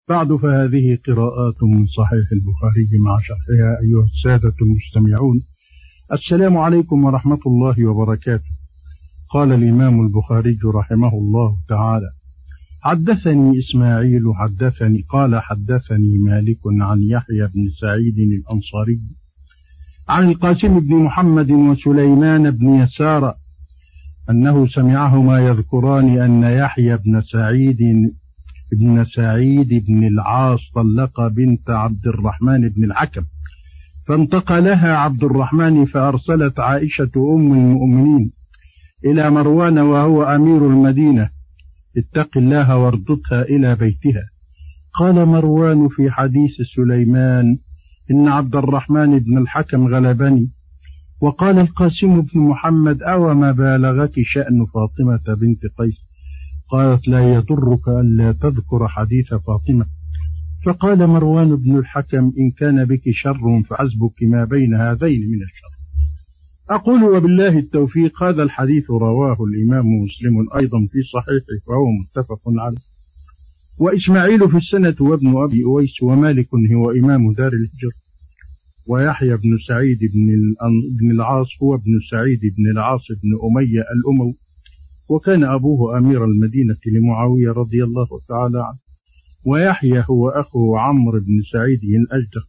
بعد فهذه قراءات من صحيح البخاري مع شرحها أيها السادة المستمعون. السلام عليكم ورحمة الله وبركاته. قال الإمام البخاري رحمه الله تعالى: حدثني إسماعيل حدثني مالك عن يحيى بن سعيد الأنصاري عن القاسم بن محمد وسليمان بن يسار أنه سمعهما يذكران أن يحيى بن سعيد بن العاص طلق بنت عبد الرحمن بن الحكم، فانتقلها عبد الرحمن فأرسلت عائشة أم المؤمنين إلى مروان وهو أمير المدينة: اتق الله وارددها إلى بيتها. قال مروان في حديث سليمان: إن عبد الرحمن بن الحكم غلبني. وقال القاسم بن محمد: أو ما بالغك شأن فاطمة بنت قيس؟ قالت: لا يضرك ألا تذكر حديث فاطمة. فقال مروان بن الحكم: إن كان بك شر فحسبك ما بين هذين من الشر. أقول وبالله التوفيق. هذا الحديث رواه الإمام مسلم أيضا في صحيحه وهو متفق عليه. وإسماعيل في السنة وابن أبي أويس، ومالك هو إمام دار الهجرة، ويحيى بن سعيد بن العاص هو ابن سعيد بن العاص بن أمية الأموي، وكان أبوه أمير المدينة لمعاوية رضي الله تعالى عنه. ويحيى هو أخو عمرو بن سعيد الأجدق،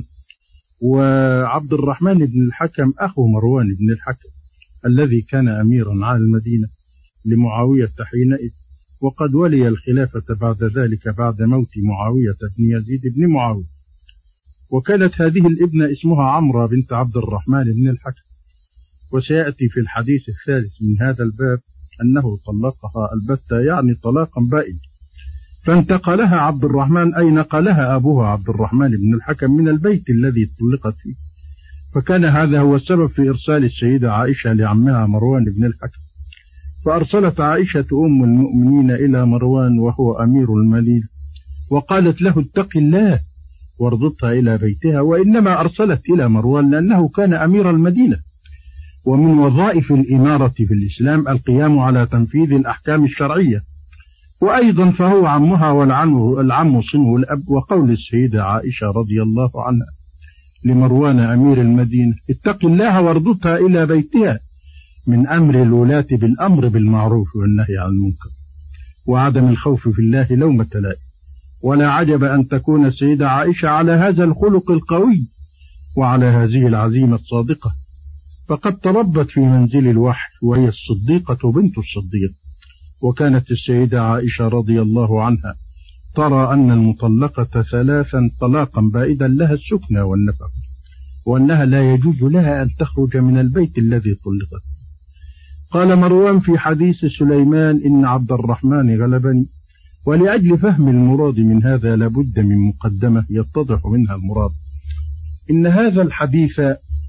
وعبد الرحمن بن الحكم أخو مروان بن الحكم الذي كان أميرا على المدينة لمعاوية حينئذ، وقد ولي الخلافة بعد ذلك بعد موت معاوية بن يزيد بن معاوية. وكانت هذه الابنة اسمها عمرة بنت عبد الرحمن بن الحكم. وسيأتي في الحديث الثالث من هذا الباب أنه طلقها البتة، يعني طلاقا بائن. فانتقلها عبد الرحمن، أي نقلها أبوها عبد الرحمن بن الحكم من البيت الذي طلقت فيه، فكان هذا هو السبب في إرسال السيدة عائشة لعمها مروان بن الحكم. فأرسلت عائشة أم المؤمنين إلى مروان وهو أمير المدينة وقالت له: اتق الله وارددها إلى بيتها. وإنما أرسلت إلى مروان لأنه كان أمير المدينة، ومن وظائف الإمارة في الإسلام القيام على تنفيذ الأحكام الشرعية، وأيضا فهو عمها والعم صنه الأب. وقول السيدة عائشة رضي الله عنها لمروان أمير المدينة: اتق الله وارددها إلى بيتها، من أمر الولاة بالأمر بالمعروف والنهي عن المنكر، وعدم الخوف في الله لومة لائم. ولا عجب أن تكون السيدة عائشة على هذا الخلق القوي وعلى هذه العزيمة الصادقة، فقد تربت في منزل الوحي، وهي الصديقة بنت الصديق. وكانت السيدة عائشة رضي الله عنها ترى أن المطلقة ثلاثا طلاقا بائدا لها السكنى والنفقة، وأنها لا يجوز لها أن تخرج من البيت الذي طلقت. قال مروان في حديث سليمان: إن عبد الرحمن غلبني. ولأجل فهم المراد من هذا لابد من مقدمة يتضح منها المراد. إن هذا الحديث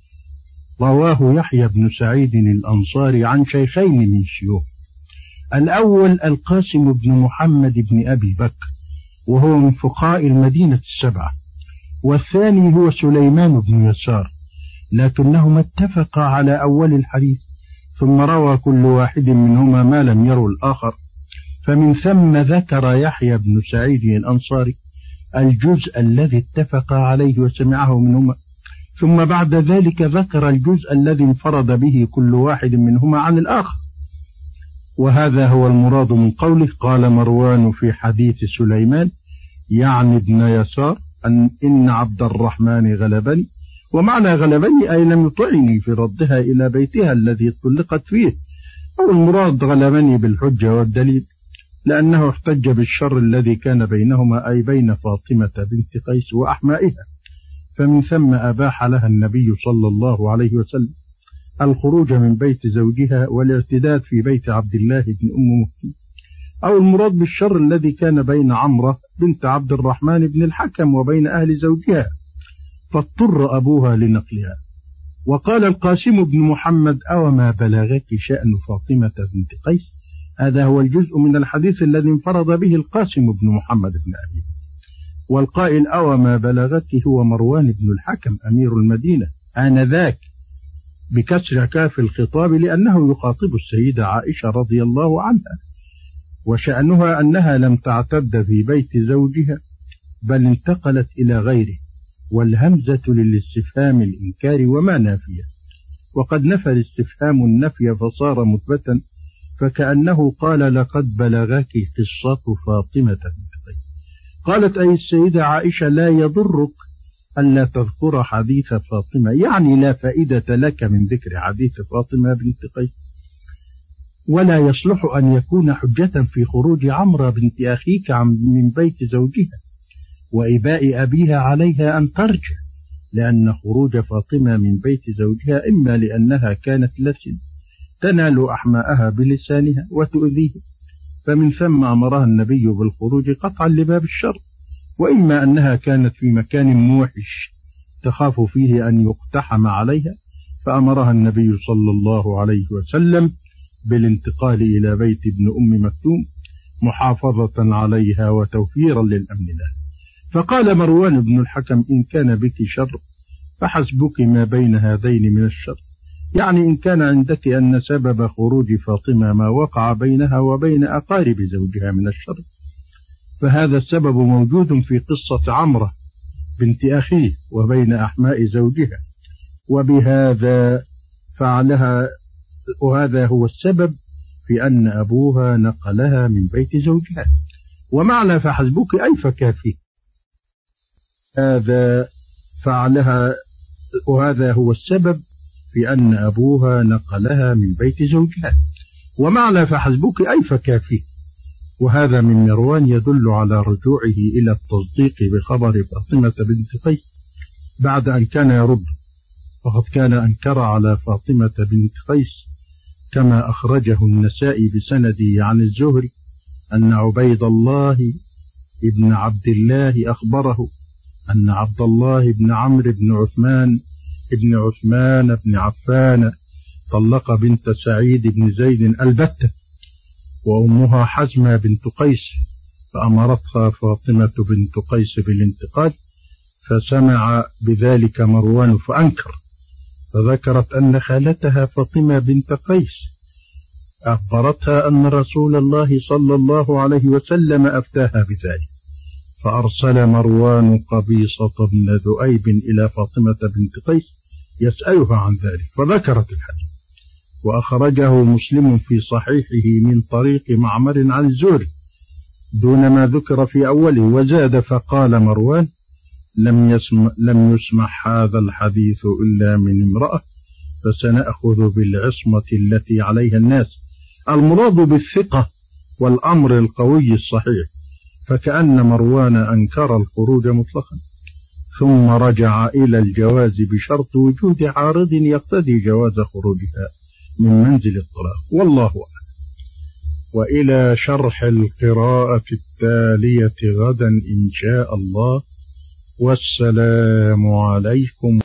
رواه يحيى بن سعيد الأنصاري عن شيخين من شيوخ. الأول القاسم بن محمد بن أبي بكر، وهو من فقهاء المدينة السبعة، والثاني هو سليمان بن يسار، لكنهما اتفقا على أول الحديث، ثم روى كل واحد منهما ما لم يروا الآخر. فمن ثم ذكر يحيى بن سعيد الأنصاري الجزء الذي اتفق عليه وسمعه منهما، ثم بعد ذلك ذكر الجزء الذي انفرد به كل واحد منهما عن الآخر. وهذا هو المراد من قوله: قال مروان في حديث سليمان، يعني ابن يسار، إن عبد الرحمن غلبني. ومعنى غلبني أي لم يطعني في ردها إلى بيتها الذي طلقت فيه، أو المراد غلبني بالحجة والدليل، لأنه احتج بالشر الذي كان بينهما، أي بين فاطمة بنت قيس وأحمائها. فمن ثم أباح لها النبي صلى الله عليه وسلم الخروج من بيت زوجها والاعتداد في بيت عبد الله بن أم مكتوم، أو المراد بالشر الذي كان بين عمرة بنت عبد الرحمن بن الحكم وبين أهل زوجها، فاضطر أبوها لنقلها. وقال القاسم بن محمد: أو ما بلغك شأن فاطمة بنت قيس؟ هذا هو الجزء من الحديث الذي انفرد به القاسم بن محمد بن أبي. والقائل أو ما بلغك هو مروان بن الحكم أمير المدينة آنذاك، بكسر كاف الخطاب، لأنه يخاطب السيدة عائشة رضي الله عنها، وشأنها أنها لم تعتد في بيت زوجها بل انتقلت إلى غيره، والهمزة للاستفهام الإنكار وما نافية، وقد نفى الاستفهام النفي فصار مثبتا، فكأنه قال لقد بلغك قصة فاطمة بنت قيس. قالت أي السيدة عائشة لا يضرك ألا تذكر حديث فاطمة، يعني لا فائدة لك من ذكر حديث فاطمة بنت قيس، ولا يصلح أن يكون حجة في خروج عمرو بنت أخيك من بيت زوجها وإباء أبيها عليها أن ترجع، لأن خروج فاطمة من بيت زوجها إما لأنها كانت لسن تنال أحماءها بلسانها وتؤذيه، فمن ثم أمرها النبي بالخروج قطعا لباب الشر، وإما أنها كانت في مكان موحش تخاف فيه أن يقتحم عليها، فأمرها النبي صلى الله عليه وسلم بالانتقال إلى بيت ابن أم مكتوم محافظة عليها وتوفيرا للأمن لها. فقال مروان بن الحكم إن كان بك شر فحسبك ما بين هذين من الشر، يعني إن كان عندك أن سبب خروج فاطمة ما وقع بينها وبين أقارب زوجها من الشر، فهذا السبب موجود في قصة عمرة بنت أخيه وبين أحماء زوجها، وبهذا فعلها، وهذا هو السبب في أن أبوها نقلها من بيت زوجها. ومعنى فحسبك أي فكافيه، هذا فعلها، وهذا هو السبب في أن أبوها نقلها من بيت زوجها. ومعنى فحسبك أي فكافيه، وهذا من مروان يدل على رجوعه إلى التصديق بخبر فاطمة بنت قيس بعد أن كان يرد، فقد كان أنكر على فاطمة بنت قيس كما أخرجه النسائي بسنده عن الزهري أن عبيد الله ابن عبد الله أخبره أن عبد الله بن عمرو بن عثمان بن عفان طلق بنت سعيد بن زيد البتة، وأمها حزمة بنت قيس، فأمرتها فاطمة بنت قيس بالانتقال، فسمع بذلك مروان فأنكر، فذكرت أن خالتها فاطمة بنت قيس أخبرتها أن رسول الله صلى الله عليه وسلم أفتاها بذلك، فأرسل مروان قبيصة بن ذؤيب إلى فاطمة بنت قيس يسألها عن ذلك، فذكرت الحديث، وأخرجه مسلم في صحيحه من طريق معمر عن الزهري دون ما ذكر في أوله، وزاد فقال مروان لم يسمع هذا الحديث إلا من امرأة، فسنأخذ بالعصمة التي عليها الناس، المراد بالثقة والأمر القوي الصحيح، فكأن مروان أنكر الخروج مطلقا، ثم رجع إلى الجواز بشرط وجود عارض يقتضي جواز خروجها من منزل الطلاق، والله أعلم. وإلى شرح القراءة التالية غدا إن شاء الله، والسلام عليكم.